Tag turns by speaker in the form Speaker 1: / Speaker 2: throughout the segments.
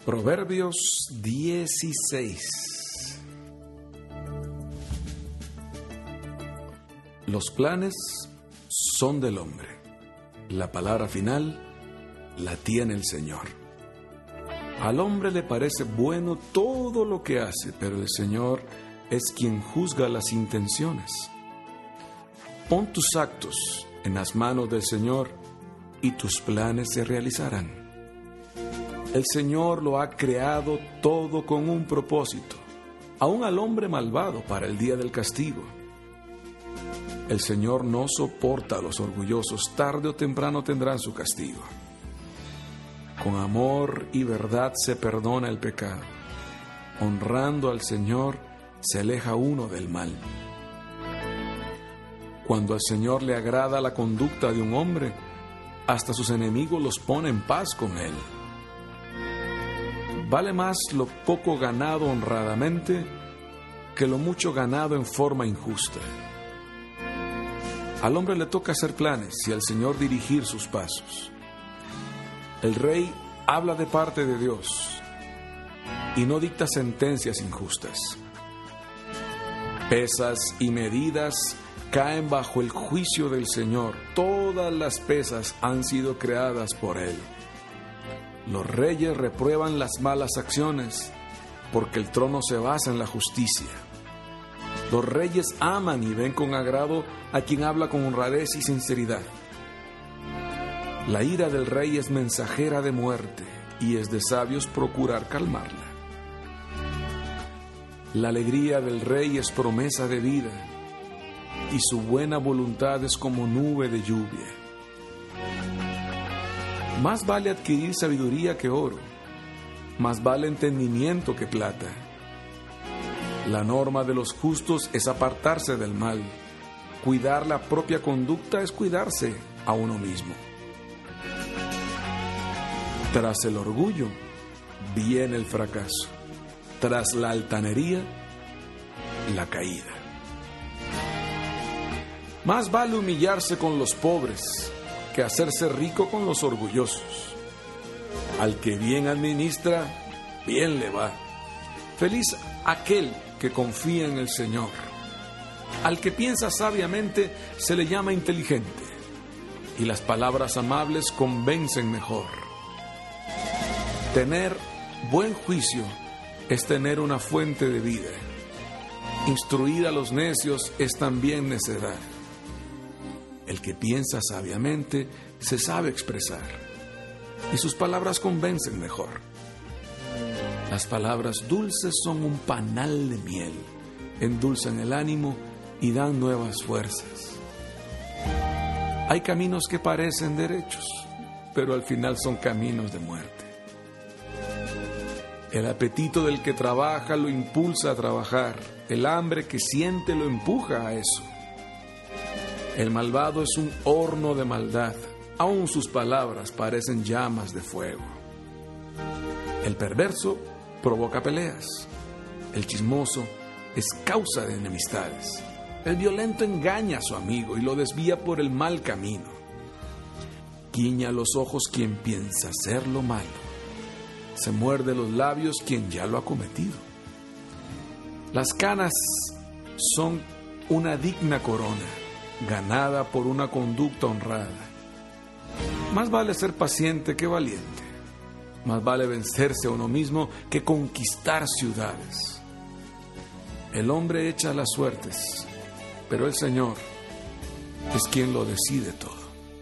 Speaker 1: Proverbios 16. Los planes son del hombre. La palabra final la tiene el Señor. Al hombre le parece bueno todo lo que hace, pero el Señor es quien juzga las intenciones. Pon tus actos en las manos del Señor y tus planes se realizarán. El Señor lo ha creado todo con un propósito, aun al hombre malvado para el día del castigo. El Señor no soporta a los orgullosos, tarde o temprano tendrán su castigo. Con amor y verdad se perdona el pecado. Honrando al Señor se aleja uno del mal. Cuando al Señor le agrada la conducta de un hombre, hasta sus enemigos los pone en paz con él. Vale más lo poco ganado honradamente que lo mucho ganado en forma injusta. Al hombre le toca hacer planes y al Señor dirigir sus pasos. El rey habla de parte de Dios y no dicta sentencias injustas. Pesas y medidas caen bajo el juicio del Señor. Todas las pesas han sido creadas por Él. Los reyes reprueban las malas acciones, porque el trono se basa en la justicia. Los reyes aman y ven con agrado a quien habla con honradez y sinceridad. La ira del rey es mensajera de muerte, y es de sabios procurar calmarla. La alegría del rey es promesa de vida, y su buena voluntad es como nube de lluvia. Más vale adquirir sabiduría que oro, más vale entendimiento que plata. La norma de los justos es apartarse del mal. Cuidar la propia conducta es cuidarse a uno mismo. Tras el orgullo viene el fracaso. Tras la altanería, la caída. Más vale humillarse con los pobres que hacerse rico con los orgullosos. Al que bien administra, bien le va. Feliz aquel que confía en el Señor. Al que piensa sabiamente se le llama inteligente, y las palabras amables convencen mejor. Tener buen juicio es tener una fuente de vida. Instruir a los necios es también necedad. El que piensa sabiamente se sabe expresar, y sus palabras convencen mejor. Las palabras dulces son un panal de miel, endulzan el ánimo y dan nuevas fuerzas. Hay caminos que parecen derechos, pero al final son caminos de muerte. El apetito del que trabaja lo impulsa a trabajar, el hambre que siente lo empuja a eso. El malvado es un horno de maldad, aun sus palabras parecen llamas de fuego. El perverso provoca peleas, el chismoso es causa de enemistades, el violento engaña a su amigo y lo desvía por el mal camino. Guiña los ojos quien piensa hacer lo malo, se muerde los labios quien ya lo ha cometido. Las canas son una digna corona, ganada por una conducta honrada. Más vale ser paciente que valiente. Más vale vencerse a uno mismo que conquistar ciudades. El hombre echa las suertes, pero el Señor es quien lo decide todo.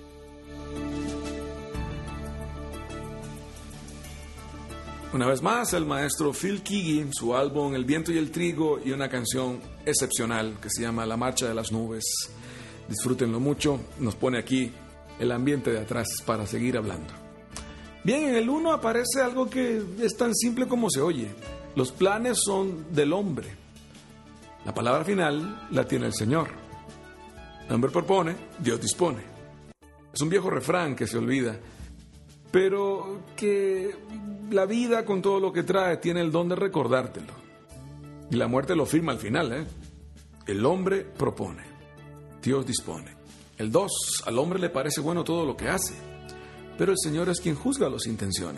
Speaker 1: Una vez más, el maestro Phil Keaggy, su álbum El viento y el trigo, y una canción excepcional que se llama La marcha de las nubes. Disfrútenlo mucho, nos pone aquí el ambiente de atrás para seguir hablando. Bien, en el 1 aparece algo que es tan simple como se oye. Los planes son del hombre. La palabra final la tiene el Señor. El hombre propone, Dios dispone. Es un viejo refrán que se olvida, pero que la vida con todo lo que trae tiene el don de recordártelo. Y la muerte lo firma al final, El hombre propone, Dios dispone. El 2, al hombre le parece bueno todo lo que hace, pero el Señor es quien juzga las intenciones.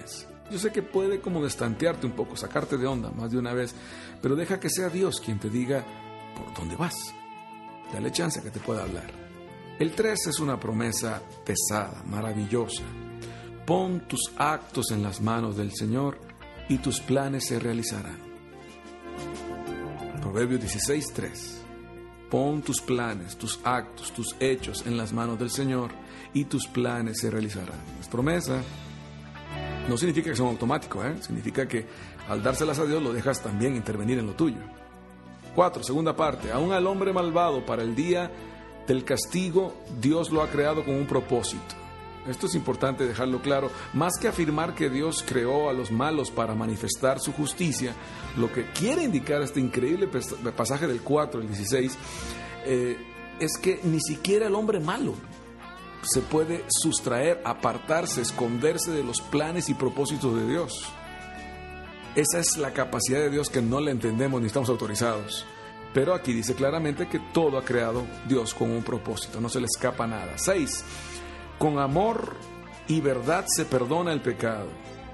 Speaker 1: Yo sé que puede como destantearte un poco, sacarte de onda más de una vez, pero deja que sea Dios quien te diga por dónde vas. Dale chance a que te pueda hablar. El 3 es una promesa pesada, maravillosa. Pon tus actos en las manos del Señor y tus planes se realizarán. Proverbios 16:3. Pon tus planes, tus actos, tus hechos en las manos del Señor y tus planes se realizarán. Es promesa. No significa que son automáticos, significa que al dárselas a Dios lo dejas también intervenir en lo tuyo. 4, segunda parte. Aún al hombre malvado para el día del castigo, Dios lo ha creado con un propósito. Esto es importante dejarlo claro. Más que afirmar que Dios creó a los malos para manifestar su justicia, lo que quiere indicar este increíble pasaje del 4, el 16, es que ni siquiera el hombre malo se puede sustraer, apartarse, esconderse de los planes y propósitos de Dios. Esa es la capacidad de Dios que no la entendemos ni estamos autorizados. Pero aquí dice claramente que todo ha creado Dios con un propósito, no se le escapa nada. 6. Con amor y verdad se perdona el pecado.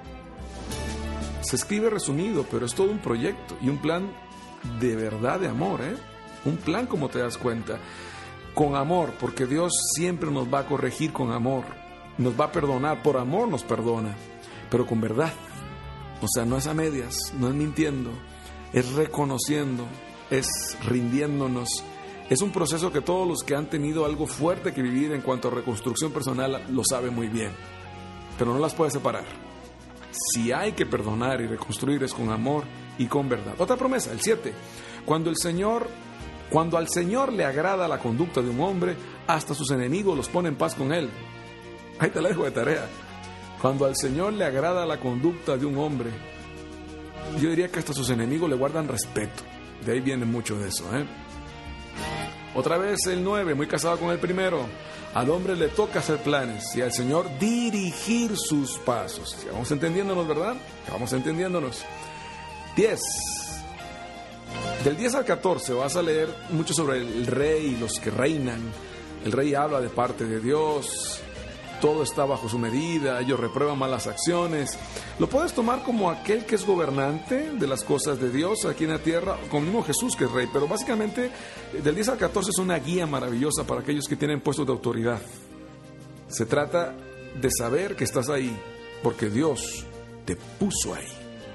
Speaker 1: Se escribe resumido, pero es todo un proyecto y un plan de verdad, de amor, un plan, como te das cuenta. Con amor, porque Dios siempre nos va a corregir con amor, nos va a perdonar, por amor nos perdona, pero con verdad. O sea, no es a medias, no es mintiendo, es reconociendo, es rindiéndonos. Es un proceso que todos los que han tenido algo fuerte que vivir en cuanto a reconstrucción personal lo saben muy bien, pero no las puedes separar. Si hay que perdonar y reconstruir es con amor y con verdad. Otra promesa, el 7. Cuando al Señor le agrada la conducta de un hombre, hasta sus enemigos los pone en paz con él. Ahí te la dejo de tarea. Cuando al Señor le agrada la conducta de un hombre, yo diría que hasta sus enemigos le guardan respeto. De ahí viene mucho de eso, Otra vez el 9, muy casado con el primero. Al hombre le toca hacer planes y al Señor dirigir sus pasos. ¿Sí? Vamos entendiéndonos, ¿verdad? Vamos entendiéndonos. 10. Del 10 al 14 vas a leer mucho sobre el rey y los que reinan. El rey habla de parte de Dios. Todo está bajo su medida, ellos reprueban malas acciones. Lo puedes tomar como aquel que es gobernante de las cosas de Dios aquí en la tierra, como mismo Jesús que es rey, pero básicamente del 10 al 14 es una guía maravillosa para aquellos que tienen puestos de autoridad. Se trata de saber que estás ahí, porque Dios te puso ahí.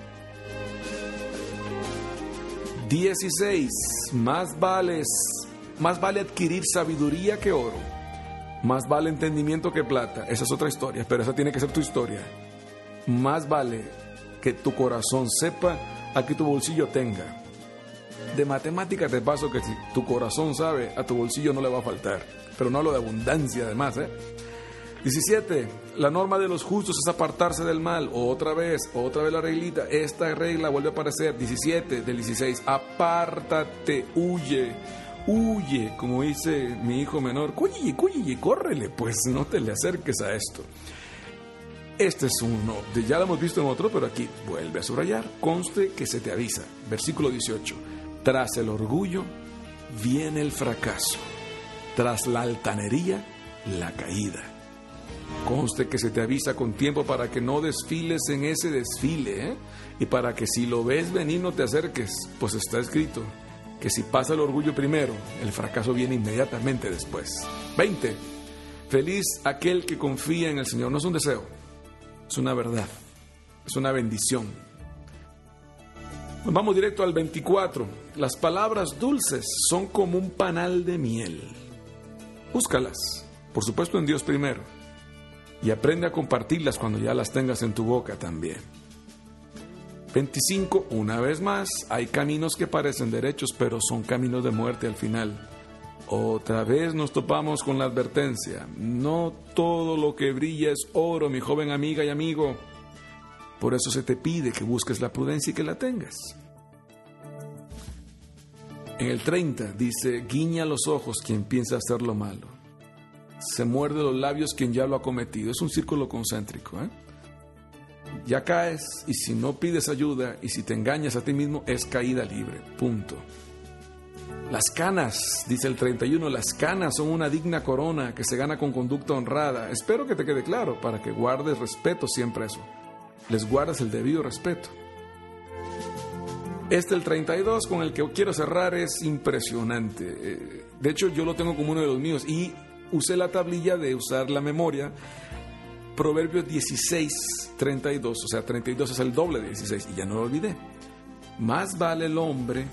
Speaker 1: 16. Más vale adquirir sabiduría que oro. Más vale entendimiento que plata. Esa es otra historia, pero esa tiene que ser tu historia. Más vale que tu corazón sepa a que tu bolsillo tenga. De matemática te paso que si tu corazón sabe, a tu bolsillo no le va a faltar. Pero no hablo de abundancia además, 17. La norma de los justos es apartarse del mal. Otra vez la reglita. Esta regla vuelve a aparecer. 17 del 16. Apártate, huye, como dice mi hijo menor. Cúyille, córrele, pues no te le acerques a esto. Este es uno, ya lo hemos visto en otro, pero aquí vuelve a subrayar. Conste que se te avisa. Versículo 18. Tras el orgullo viene el fracaso. Tras la altanería, la caída. Conste que se te avisa con tiempo para que no desfiles en ese desfile, y para que si lo ves venir no te acerques, pues está escrito que si pasa el orgullo primero, el fracaso viene inmediatamente después. 20. Feliz aquel que confía en el Señor. No es un deseo, es una verdad, es una bendición. Nos vamos directo al 24. Las palabras dulces son como un panal de miel. Búscalas, por supuesto en Dios primero, y aprende a compartirlas cuando ya las tengas en tu boca también. 25. Una vez más, hay caminos que parecen derechos, pero son caminos de muerte al final. Otra vez nos topamos con la advertencia. No todo lo que brilla es oro, mi joven amiga y amigo. Por eso se te pide que busques la prudencia y que la tengas. En el 30 dice, guiña los ojos quien piensa hacer lo malo. Se muerde los labios quien ya lo ha cometido. Es un círculo concéntrico, Ya caes, y si no pides ayuda y si te engañas a ti mismo, es caída libre. Punto. Las canas, dice el 31, las canas son una digna corona que se gana con conducta honrada. Espero que te quede claro para que guardes respeto siempre a eso. les guardas el debido respeto. El 32 con el que quiero cerrar es impresionante. De hecho, yo lo tengo como uno de los míos y usé la tablilla de usar la memoria. Proverbios 16, 32, o sea, 32 es el doble de 16 y ya no lo olvidé. Más vale el hombre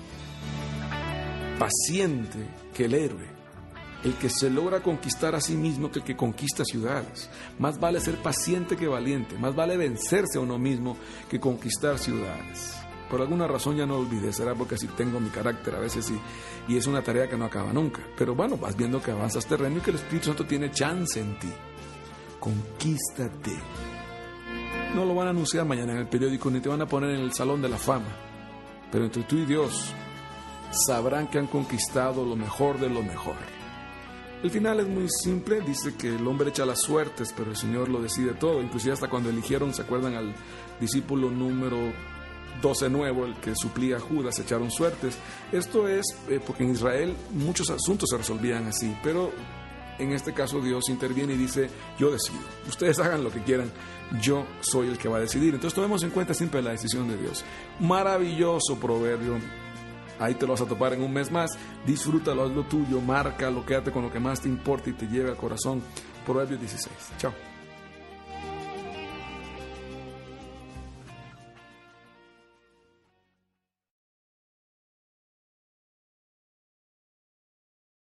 Speaker 1: paciente que el héroe, el que se logra conquistar a sí mismo que el que conquista ciudades. Más vale ser paciente que valiente, más vale vencerse a uno mismo que conquistar ciudades. Por alguna razón ya no lo olvidé, será porque así tengo mi carácter a veces y es una tarea que no acaba nunca. Pero bueno, vas viendo que avanzas terreno y que el Espíritu Santo tiene chance en ti. Conquístate. No lo van a anunciar mañana en el periódico ni te van a poner en el Salón de la Fama, pero entre tú y Dios sabrán que han conquistado lo mejor de lo mejor. El final es muy simple, dice que el hombre echa las suertes, pero el Señor lo decide todo. Inclusive hasta cuando eligieron, ¿se acuerdan? Al discípulo número 12 nuevo, el que suplía a Judas, echaron suertes. Esto es porque en Israel muchos asuntos se resolvían así, pero en este caso Dios interviene y dice, yo decido, ustedes hagan lo que quieran, yo soy el que va a decidir. Entonces tomemos en cuenta siempre la decisión de Dios. Maravilloso proverbio, ahí te lo vas a topar en un mes más. Disfrútalo, haz lo tuyo, márcalo, quédate con lo que más te importa y te lleve al corazón. Proverbios 16. Chao.